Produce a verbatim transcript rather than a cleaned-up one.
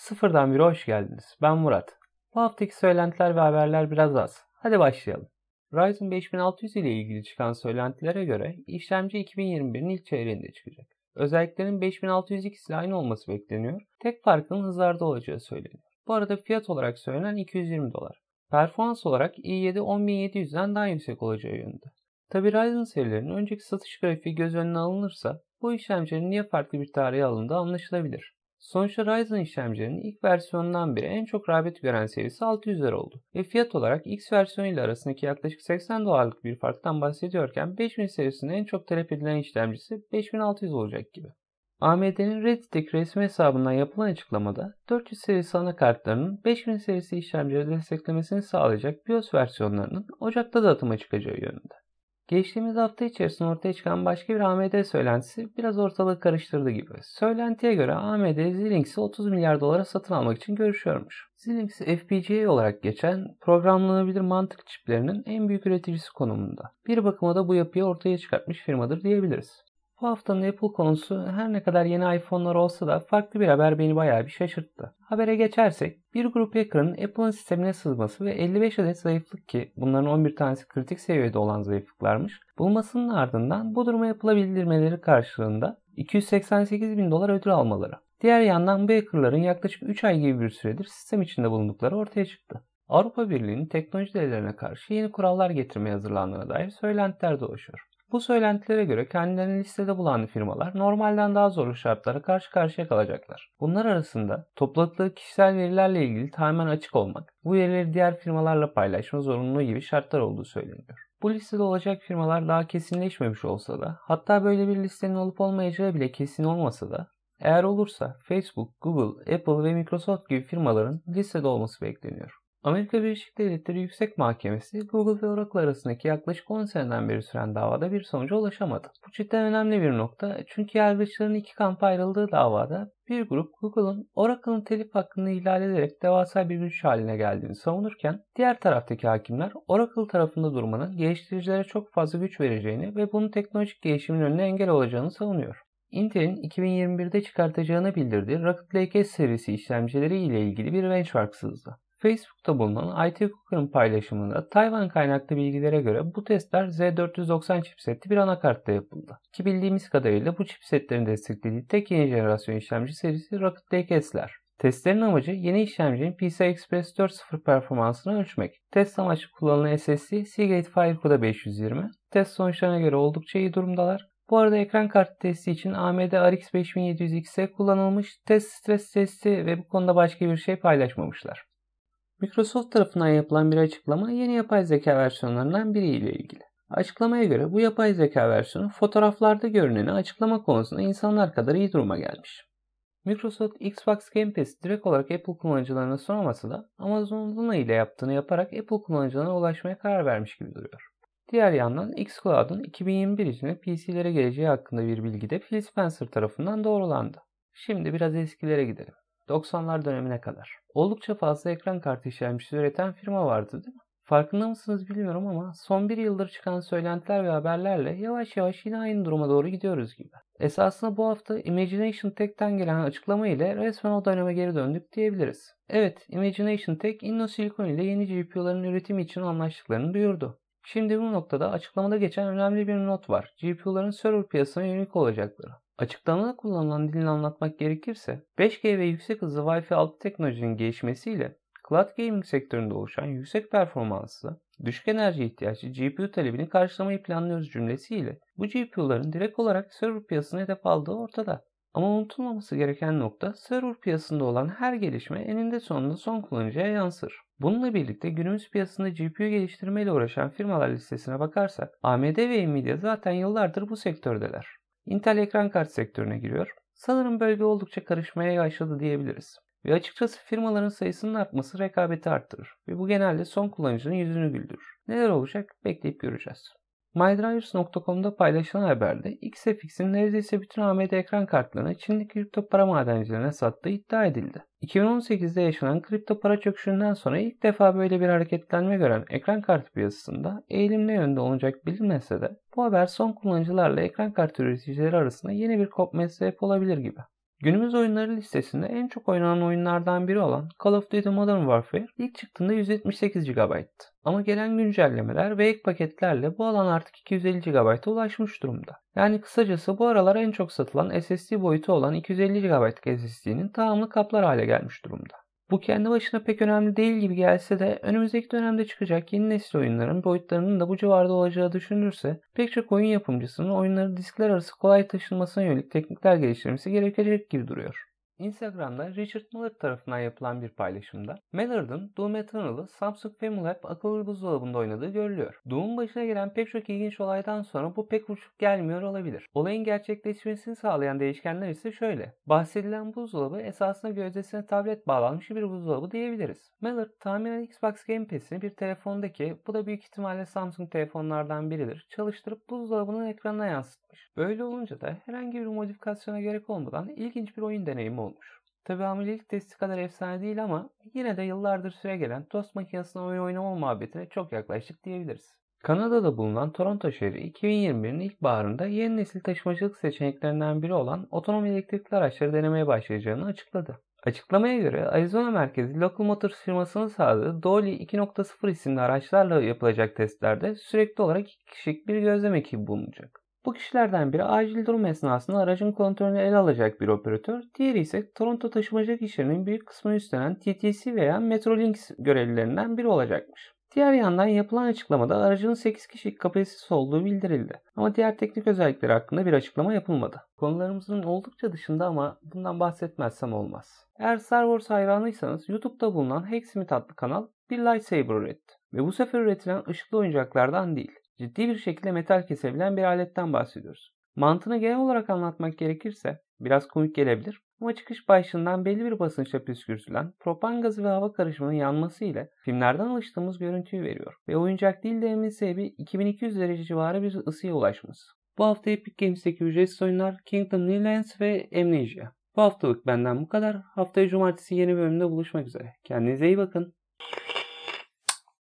Sıfırdan bire hoş geldiniz. Ben Murat. Bu haftaki söylentiler ve haberler biraz az. Hadi başlayalım. Ryzen beş bin altı yüz ile ilgili çıkan söylentilere göre işlemci iki bin yirmi birin ilk çeyreğinde çıkacak. Özelliklerinin beş bin altı yüz X ile aynı olması bekleniyor. Tek farkının hızlarda olacağı söyleniyor. Bu arada fiyat olarak söylenen iki yüz yirmi dolar. Performans olarak i yedi on bin yedi yüzden daha yüksek olacağı yönünde. Tabi Ryzen serilerinin önceki satış grafiği göz önüne alınırsa bu işlemcilerin niye farklı bir tarihe alındığı anlaşılabilir. Sonuçta Ryzen işlemcilerinin ilk versiyonundan beri en çok rağbet gören serisi altı yüzler oldu ve fiyat olarak X versiyonu ile arasındaki yaklaşık seksen dolarlık bir farktan bahsediyorken beş bin serisinin en çok talep edilen işlemcisi beş bin altı yüz olacak gibi. A M D'nin Reddit'teki resmi hesabından yapılan açıklamada dört yüz serisi anakartlarının beş bin serisi işlemcileri desteklemesini sağlayacak BIOS versiyonlarının Ocak'ta dağıtıma çıkacağı yönünde. Geçtiğimiz hafta içerisinde ortaya çıkan başka bir A M D söylentisi biraz ortalığı karıştırdı gibi. Söylentiye göre A M D Xilinx'i otuz milyar dolara satın almak için görüşüyormuş. Xilinx F P G A olarak geçen programlanabilir mantık çiplerinin en büyük üreticisi konumunda. Bir bakıma da bu yapıyı ortaya çıkartmış firmadır diyebiliriz. Bu haftanın Apple konusu her ne kadar yeni iPhone'lar olsa da farklı bir haber beni bayağı bir şaşırttı. Habere geçersek bir grup hacker'ın Apple'ın sistemine sızması ve elli beş adet zayıflık ki bunların on bir tanesi kritik seviyede olan zayıflıklarmış bulmasının ardından bu duruma Apple'a bildirmeleri karşılığında iki yüz seksen sekiz bin dolar ödül almaları. Diğer yandan bu hacker'ların yaklaşık üç ay gibi bir süredir sistem içinde bulundukları ortaya çıktı. Avrupa Birliği'nin teknoloji devlerine karşı yeni kurallar getirmeye hazırlandığına dair söylentiler dolaşıyor. Bu söylentilere göre kendilerini listede bulan firmalar normalden daha zorlu şartlara karşı karşıya kalacaklar. Bunlar arasında topladıkları kişisel verilerle ilgili tamamen açık olmak, bu verileri diğer firmalarla paylaşma zorunluluğu gibi şartlar olduğu söyleniyor. Bu listede olacak firmalar daha kesinleşmemiş olsa da, hatta böyle bir listenin olup olmayacağı bile kesin olmasa da, eğer olursa Facebook, Google, Apple ve Microsoft gibi firmaların listede olması bekleniyor. Amerika Birleşik Devletleri Yüksek Mahkemesi, Google ve Oracle arasındaki yaklaşık on seneden beri süren davada bir sonuca ulaşamadı. Bu cidden önemli bir nokta çünkü yargıçların iki kampa ayrıldığı davada bir grup Google'ın Oracle'ın telif hakkını ihlal ederek devasa bir güç haline geldiğini savunurken diğer taraftaki hakimler Oracle tarafında durmanın geliştiricilere çok fazla güç vereceğini ve bunun teknolojik gelişimin önüne engel olacağını savunuyor. Intel'in iki bin yirmi birde çıkartacağını bildirdiği Rocket Lake S serisi işlemcileri ile ilgili bir benchmark sızdı. Facebook'ta bulunan I T Cooker'ın paylaşımında Tayvan kaynaklı bilgilere göre bu testler Z dört yüz doksan chipsetli bir anakartta yapıldı. Ki bildiğimiz kadarıyla bu chipsetlerin desteklediği tek yeni jenerasyon işlemci serisi Rocket Lake S'ler. Testlerin amacı yeni işlemcinin P C I Express dört nokta sıfır performansını ölçmek. Test amaçlı kullanılan S S D Seagate Firecore'da beş yüz yirmi. Test sonuçlarına göre oldukça iyi durumdalar. Bu arada ekran kartı testi için A M D R X beş bin yedi yüz X'e kullanılmış test stres testi ve bu konuda başka bir şey paylaşmamışlar. Microsoft tarafından yapılan bir açıklama yeni yapay zeka versiyonlarından biri ile ilgili. Açıklamaya göre bu yapay zeka versiyonu fotoğraflarda görüneni açıklama konusunda insanlar kadar iyi duruma gelmiş. Microsoft Xbox Game Pass'i direkt olarak Apple kullanıcılarına sunamasa da Amazon Luna ile yaptığını yaparak Apple kullanıcılarına ulaşmaya karar vermiş gibi duruyor. Diğer yandan xCloud'un iki bin yirmi bir içinde P C'lere geleceği hakkında bir bilgi de Phil Spencer tarafından doğrulandı. Şimdi biraz eskilere gidelim. doksanlar dönemine kadar. Oldukça fazla ekran kartı işlemcisi üreten firma vardı değil mi? Farkında mısınız bilmiyorum ama son bir yıldır çıkan söylentiler ve haberlerle yavaş yavaş yine aynı duruma doğru gidiyoruz gibi. Esasında bu hafta Imagination Tech'ten gelen açıklama ile resmen o döneme geri döndük diyebiliriz. Evet, Imagination Tech, InnoSilicon ile yeni G P U'ların üretimi için anlaştıklarını duyurdu. Şimdi bu noktada açıklamada geçen önemli bir not var. G P U'ların server piyasasına yönelik olacakları. Açıklamada kullanılan dilini anlatmak gerekirse beş G ve yüksek hızlı Wi-Fi altı teknolojinin gelişmesiyle cloud gaming sektöründe oluşan yüksek performanslı, düşük enerji ihtiyaçlı G P U talebini karşılamayı planlıyoruz cümlesiyle bu G P U'ların direkt olarak server piyasasına hedef aldığı ortada. Ama unutulmaması gereken nokta server piyasasında olan her gelişme eninde sonunda son kullanıcıya yansır. Bununla birlikte günümüz piyasasında G P U geliştirmeyle uğraşan firmalar listesine bakarsak A M D ve Nvidia zaten yıllardır bu sektördeler. Intel ekran kart sektörüne giriyor. Sanırım bölge oldukça karışmaya başladı diyebiliriz. Ve açıkçası firmaların sayısının artması rekabeti arttırır. Ve bu genelde son kullanıcının yüzünü güldürür. Neler olacak bekleyip göreceğiz. MyDrivers nokta com'da paylaşılan haberde X F X'in neredeyse bütün A M D ekran kartlarını Çinli kripto para madencilerine sattığı iddia edildi. iki bin on sekizde yaşanan kripto para çöküşünden sonra ilk defa böyle bir hareketlenme gören ekran kartı piyasasında eğilim ne yönde olacak bilinmese de bu haber son kullanıcılarla ekran kartı üreticileri arasında yeni bir kopmaya sebep olabilir gibi. Günümüz oyunları listesinde en çok oynanan oyunlardan biri olan Call of Duty Modern Warfare ilk çıktığında yüz yetmiş sekiz gigabayttı. Ama gelen güncellemeler ve ek paketlerle bu alan artık iki yüz elli gigabayta ulaşmış durumda. Yani kısacası bu aralar en çok satılan S S D boyutu olan iki yüz elli gigabaytlık S S D'nin tamamını kaplar hale gelmiş durumda. Bu kendi başına pek önemli değil gibi gelse de önümüzdeki dönemde çıkacak yeni nesil oyunların boyutlarının da bu civarda olacağı düşünülürse pek çok oyun yapımcısının oyunları diskler arası kolay taşınmasına yönelik teknikler geliştirmesi gerekecek gibi duruyor. Instagram'da Richard Miller tarafından yapılan bir paylaşımda Millard'ın Doom Eternal'ı Samsung Family App akıllı buzdolabında oynadığı görülüyor. Doom'un başına gelen pek çok ilginç olaydan sonra bu pek uçuk gelmiyor olabilir. Olayın gerçekleşmesini sağlayan değişkenler ise şöyle. Bahsedilen buzdolabı esasında gözdesine tablet bağlanmış bir buzdolabı diyebiliriz. Miller tahminen Xbox Game Pass'ini bir telefondaki, bu da büyük ihtimalle Samsung telefonlardan biridir, çalıştırıp buzdolabının ekranına yansıtmış. Böyle olunca da herhangi bir modifikasyona gerek olmadan ilginç bir oyun deneyimi olmuş. Tabi hamilelik testi kadar efsane değil ama yine de yıllardır süregelen tost makinesine oyun oynama muhabbetine çok yaklaştık diyebiliriz. Kanada'da bulunan Toronto şehri iki bin yirmi birin ilkbaharında yeni nesil taşımacılık seçeneklerinden biri olan otonom elektrikli araçları denemeye başlayacağını açıkladı. Açıklamaya göre Arizona merkezli Local Motors firmasının sağladığı Dolly iki nokta sıfır isimli araçlarla yapılacak testlerde sürekli olarak iki kişilik bir gözlem ekibi bulunacak. Bu kişilerden biri acil durum esnasında aracın kontrolünü ele alacak bir operatör, diğeri ise Toronto taşımacılık işlerinin büyük kısmını üstlenen T T C veya Metrolinx görevlilerinden biri olacakmış. Diğer yandan yapılan açıklamada aracın sekiz kişilik kapasitesi olduğu bildirildi. Ama diğer teknik özellikleri hakkında bir açıklama yapılmadı. Konularımızın oldukça dışında ama bundan bahsetmezsem olmaz. Eğer Star Wars hayranıysanız YouTube'da bulunan Hacksmith adlı kanal bir lightsaber üretti. Ve bu sefer üretilen ışıklı oyuncaklardan değil, ciddi bir şekilde metal kesebilen bir aletten bahsediyoruz. Mantığını genel olarak anlatmak gerekirse biraz komik gelebilir ama çıkış başından belli bir basınçla püskürtülen propan gazı ve hava karışımının yanması ile filmlerden alıştığımız görüntüyü veriyor ve oyuncak değil de emin sebebi iki bin iki yüz derece civarı bir ısıya ulaşması. Bu hafta Epic Games'teki ücretsiz oyunlar Kingdom New Lands ve Amnesia. Bu haftalık benden bu kadar. Haftaya cumartesi yeni bölümde buluşmak üzere. Kendinize iyi bakın.